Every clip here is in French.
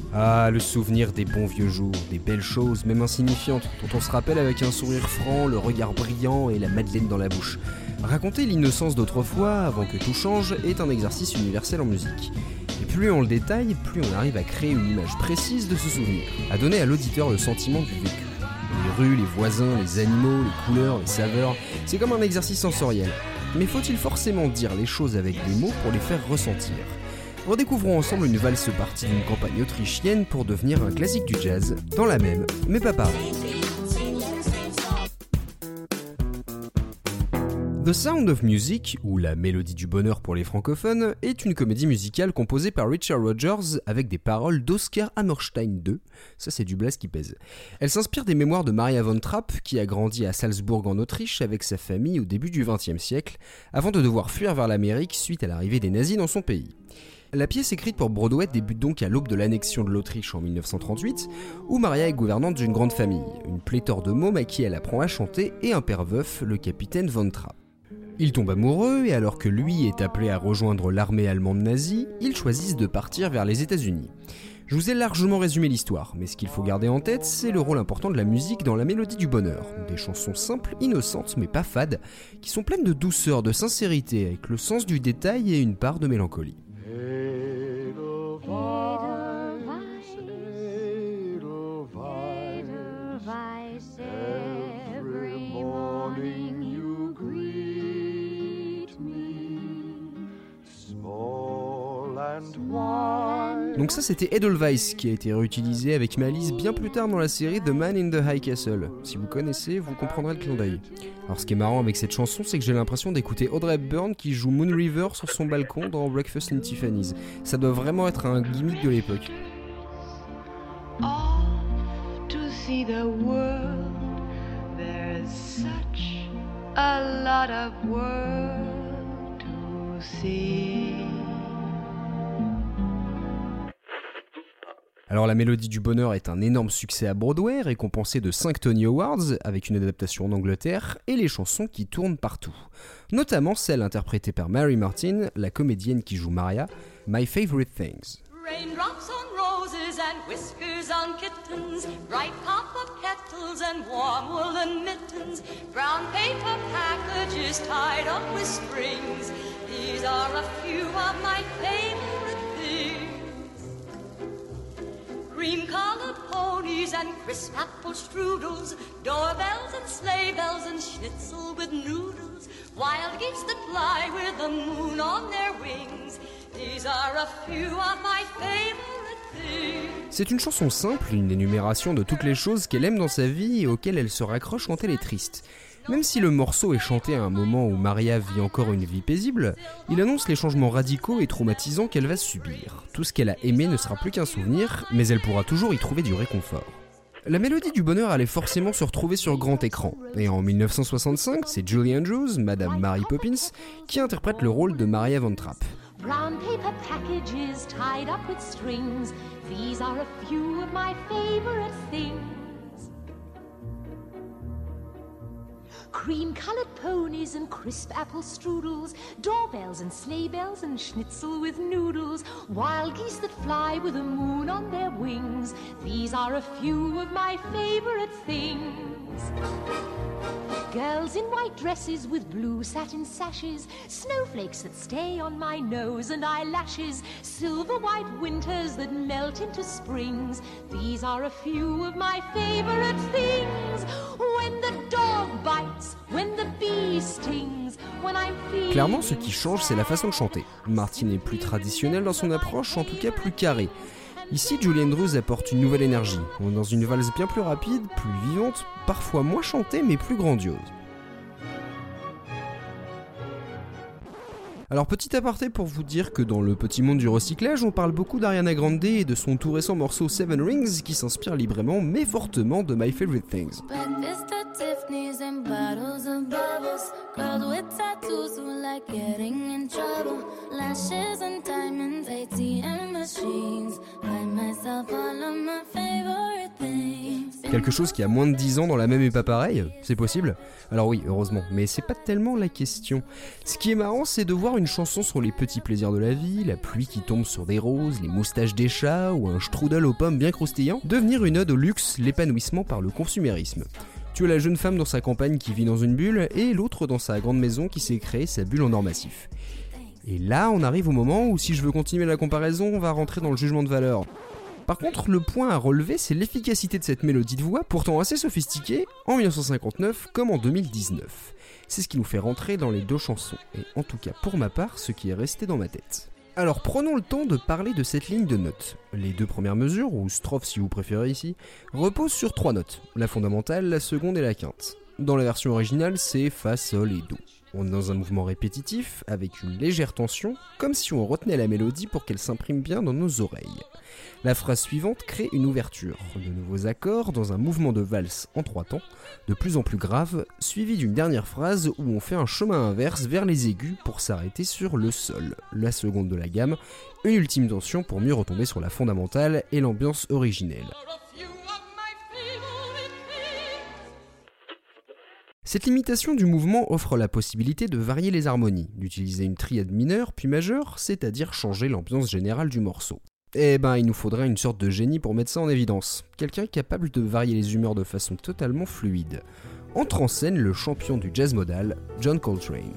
Ah, le souvenir des bons vieux jours, des belles choses, même insignifiantes, dont on se rappelle avec un sourire franc, le regard brillant et la madeleine dans la bouche. Raconter l'innocence d'autrefois, avant que tout change, est un exercice universel en musique. Et plus on le détaille, plus on arrive à créer une image précise de ce souvenir, à donner à l'auditeur le sentiment du vécu. Les rues, les voisins, les animaux, les couleurs, les saveurs, c'est comme un exercice sensoriel. Mais faut-il forcément dire les choses avec des mots pour les faire ressentir ? Redécouvrons ensemble une valse partie d'une campagne autrichienne pour devenir un classique du jazz, dans la même, mais pas pareil. The Sound of Music, ou La Mélodie du Bonheur pour les francophones, est une comédie musicale composée par Richard Rodgers avec des paroles d'Oscar Hammerstein II, ça c'est du blast qui pèse. Elle s'inspire des mémoires de Maria von Trapp, qui a grandi à Salzbourg en Autriche avec sa famille au début du XXe siècle, avant de devoir fuir vers l'Amérique suite à l'arrivée des nazis dans son pays. La pièce écrite pour Broadway débute donc à l'aube de l'annexion de l'Autriche en 1938, où Maria est gouvernante d'une grande famille, une pléthore de mômes à qui elle apprend à chanter et un père veuf, le capitaine von Trapp. Ils tombent amoureux et alors que lui est appelé à rejoindre l'armée allemande nazie, ils choisissent de partir vers les États-Unis. Je vous ai largement résumé l'histoire, mais ce qu'il faut garder en tête, c'est le rôle important de la musique dans La Mélodie du Bonheur. Des chansons simples, innocentes mais pas fades, qui sont pleines de douceur, de sincérité, avec le sens du détail et une part de mélancolie. Donc ça c'était Edelweiss qui a été réutilisé avec malice bien plus tard dans la série The Man in the High Castle. Si vous connaissez, vous comprendrez le clin d'œil. Alors ce qui est marrant avec cette chanson, c'est que j'ai l'impression d'écouter Audrey Hepburn qui joue Moon River sur son balcon dans Breakfast in Tiffany's. Ça doit vraiment être un gimmick de l'époque. Off to see the world, there's such a lot of world to see. Alors La Mélodie du Bonheur est un énorme succès à Broadway, récompensé de 5 Tony Awards, avec une adaptation en Angleterre, et les chansons qui tournent partout. Notamment celle interprétée par Mary Martin, la comédienne qui joue Maria, My Favorite Things. Raindrops on roses and whiskers on kittens, bright copper kettles and warm woolen mittens, brown paper packages tied up with strings. These are a few of my favorite things. Cream-colored ponies and crisp apple strudels, doorbells and sleigh bells and schnitzel with noodles, wild geese that fly with the moon on their wings. These are a few of my favorite things. C'est une chanson simple, une énumération de toutes les choses qu'elle aime dans sa vie et auxquelles elle se raccroche quand elle est triste. Même si le morceau est chanté à un moment où Maria vit encore une vie paisible, il annonce les changements radicaux et traumatisants qu'elle va subir. Tout ce qu'elle a aimé ne sera plus qu'un souvenir, mais elle pourra toujours y trouver du réconfort. La Mélodie du Bonheur allait forcément se retrouver sur grand écran, et en 1965, c'est Julie Andrews, Madame Mary Poppins, qui interprète le rôle de Maria von Trapp. Brown paper packages tied up with strings. These are a few of my favorite things. Cream-colored ponies and crisp apple strudels, doorbells and sleigh bells and schnitzel with noodles, wild geese that fly with the moon on their wings. These are a few of my favorite things. Girls in white dresses with blue satin sashes, snowflakes that stay on my nose and eyelashes, silver white winters that melt into springs. These are a few of my favorite things. When the dog bites, when the bee stings, when I'm feeling... Clairement, ce qui change, c'est la façon de chanter. Martin est plus traditionnelle dans son approche, en tout cas plus carrée. Ici, Julie Andrews apporte une nouvelle énergie. On est dans une valse bien plus rapide, plus vivante, parfois moins chantée mais plus grandiose. Alors petit aparté pour vous dire que dans le petit monde du recyclage, on parle beaucoup d'Ariana Grande et de son tout récent morceau Seven Rings qui s'inspire librement mais fortement de My Favorite Things. Quelque chose qui a moins de 10 ans dans la même est pas pareil, c'est possible? Alors oui, heureusement, mais c'est pas tellement la question. Ce qui est marrant, c'est de voir une chanson sur les petits plaisirs de la vie, la pluie qui tombe sur des roses, les moustaches des chats ou un strudel aux pommes bien croustillant, devenir une ode au luxe, l'épanouissement par le consumérisme. Tu as la jeune femme dans sa campagne qui vit dans une bulle et l'autre dans sa grande maison qui s'est créée sa bulle en or massif. Et là, on arrive au moment où si je veux continuer la comparaison, on va rentrer dans le jugement de valeur. Par contre, le point à relever, c'est l'efficacité de cette mélodie de voix, pourtant assez sophistiquée, en 1959 comme en 2019. C'est ce qui nous fait rentrer dans les deux chansons, et en tout cas pour ma part, ce qui est resté dans ma tête. Alors prenons le temps de parler de cette ligne de notes. Les deux premières mesures, ou strophes si vous préférez ici, reposent sur 3 notes, la fondamentale, la seconde et la quinte. Dans la version originale, c'est Fa, Sol et Do. On est dans un mouvement répétitif, avec une légère tension, comme si on retenait la mélodie pour qu'elle s'imprime bien dans nos oreilles. La phrase suivante crée une ouverture, de nouveaux accords dans un mouvement de valse en 3 temps, de plus en plus grave, suivi d'une dernière phrase où on fait un chemin inverse vers les aigus pour s'arrêter sur le sol, la seconde de la gamme, une ultime tension pour mieux retomber sur la fondamentale et l'ambiance originelle. Cette limitation du mouvement offre la possibilité de varier les harmonies, d'utiliser une triade mineure puis majeure, c'est-à-dire changer l'ambiance générale du morceau. Eh ben, il nous faudrait une sorte de génie pour mettre ça en évidence, quelqu'un capable de varier les humeurs de façon totalement fluide. Entre en scène le champion du jazz modal, John Coltrane.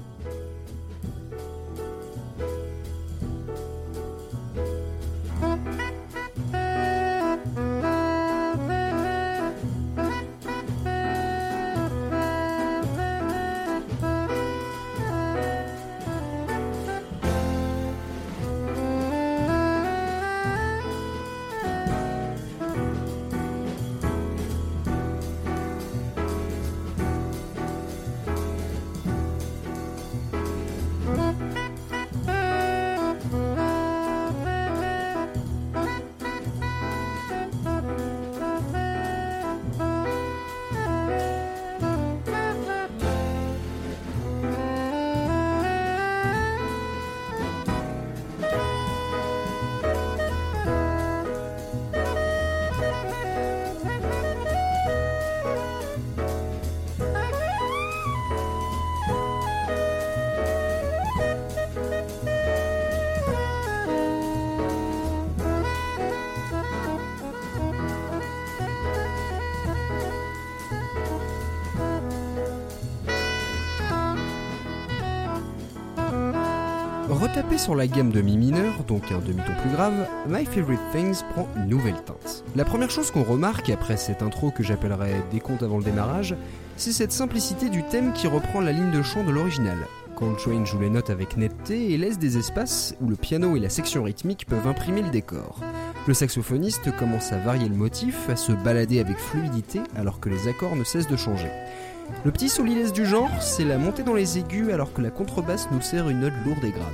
Retapé sur la gamme de mi mineur, donc un demi-ton plus grave, My Favorite Things prend une nouvelle teinte. La première chose qu'on remarque après cette intro que j'appellerais décompte avant le démarrage, c'est cette simplicité du thème qui reprend la ligne de chant de l'original. Coltrane joue les notes avec netteté et laisse des espaces où le piano et la section rythmique peuvent imprimer le décor. Le saxophoniste commence à varier le motif, à se balader avec fluidité alors que les accords ne cessent de changer. Le petit solilès du genre, c'est la montée dans les aigus alors que la contrebasse nous sert une note lourde et grave.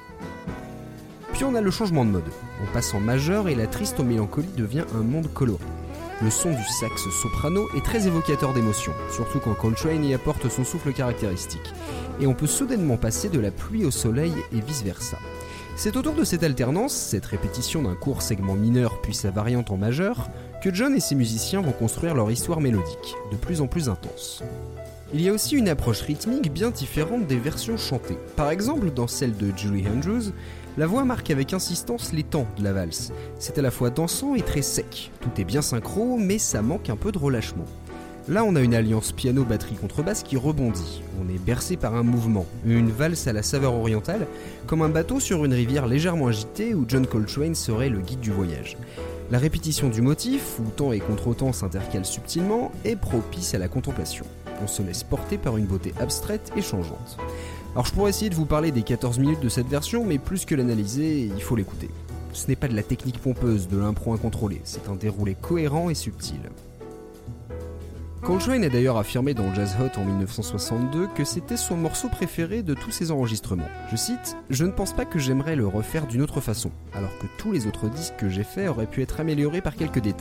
Puis on a le changement de mode. On passe en majeur et la triste mélancolie devient un monde coloré. Le son du sax soprano est très évocateur d'émotions, surtout quand Coltrane y apporte son souffle caractéristique. Et on peut soudainement passer de la pluie au soleil et vice-versa. C'est autour de cette alternance, cette répétition d'un court segment mineur puis sa variante en majeur, que John et ses musiciens vont construire leur histoire mélodique, de plus en plus intense. Il y a aussi une approche rythmique bien différente des versions chantées. Par exemple, dans celle de Julie Andrews, la voix marque avec insistance les temps de la valse. C'est à la fois dansant et très sec. Tout est bien synchro, mais ça manque un peu de relâchement. Là, on a une alliance piano-batterie-contrebasse qui rebondit. On est bercé par un mouvement, une valse à la saveur orientale, comme un bateau sur une rivière légèrement agitée où John Coltrane serait le guide du voyage. La répétition du motif, où temps et contre-temps s'intercalent subtilement, est propice à la contemplation. On se laisse porter par une beauté abstraite et changeante. Alors je pourrais essayer de vous parler des 14 minutes de cette version, mais plus que l'analyser, il faut l'écouter. Ce n'est pas de la technique pompeuse, de l'impro incontrôlé, c'est un déroulé cohérent et subtil. Coltrane a d'ailleurs affirmé dans Jazz Hot en 1962 que c'était son morceau préféré de tous ses enregistrements. Je cite « Je ne pense pas que j'aimerais le refaire d'une autre façon, alors que tous les autres disques que j'ai faits auraient pu être améliorés par quelques détails.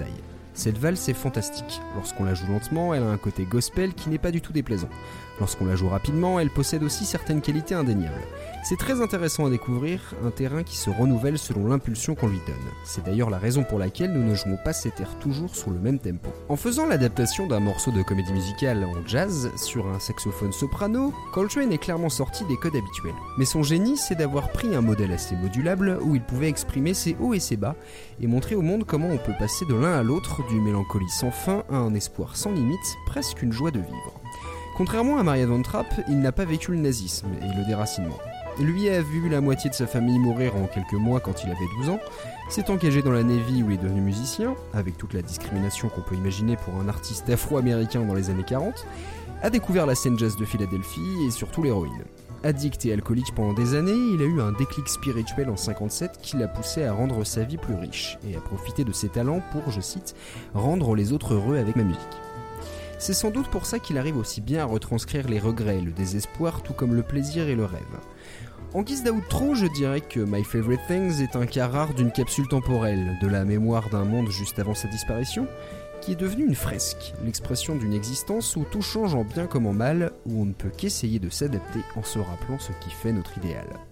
Cette valse est fantastique. Lorsqu'on la joue lentement, elle a un côté gospel qui n'est pas du tout déplaisant. Lorsqu'on la joue rapidement, elle possède aussi certaines qualités indéniables. C'est très intéressant à découvrir, un terrain qui se renouvelle selon l'impulsion qu'on lui donne. C'est d'ailleurs la raison pour laquelle nous ne jouons pas cet air toujours sur le même tempo. En faisant l'adaptation d'un morceau de comédie musicale en jazz sur un saxophone soprano, Coltrane est clairement sorti des codes habituels. Mais son génie, c'est d'avoir pris un modèle assez modulable où il pouvait exprimer ses hauts et ses bas et montrer au monde comment on peut passer de l'un à l'autre, d'une mélancolie sans fin à un espoir sans limite, presque une joie de vivre. Contrairement à Maria Von Trapp, il n'a pas vécu le nazisme et le déracinement. Lui a vu la moitié de sa famille mourir en quelques mois quand il avait 12 ans, s'est engagé dans la Navy où il est devenu musicien, avec toute la discrimination qu'on peut imaginer pour un artiste afro-américain dans les années 40, a découvert la scène jazz de Philadelphie et surtout l'héroïne. Addict et alcoolique pendant des années, il a eu un déclic spirituel en 57 qui l'a poussé à rendre sa vie plus riche et à profiter de ses talents pour, je cite, « rendre les autres heureux avec ma musique ». C'est sans doute pour ça qu'il arrive aussi bien à retranscrire les regrets, le désespoir, tout comme le plaisir et le rêve. En guise d'outro, je dirais que My Favorite Things est un cas rare d'une capsule temporelle, de la mémoire d'un monde juste avant sa disparition, qui est devenu une fresque, l'expression d'une existence où tout change en bien comme en mal, où on ne peut qu'essayer de s'adapter en se rappelant ce qui fait notre idéal.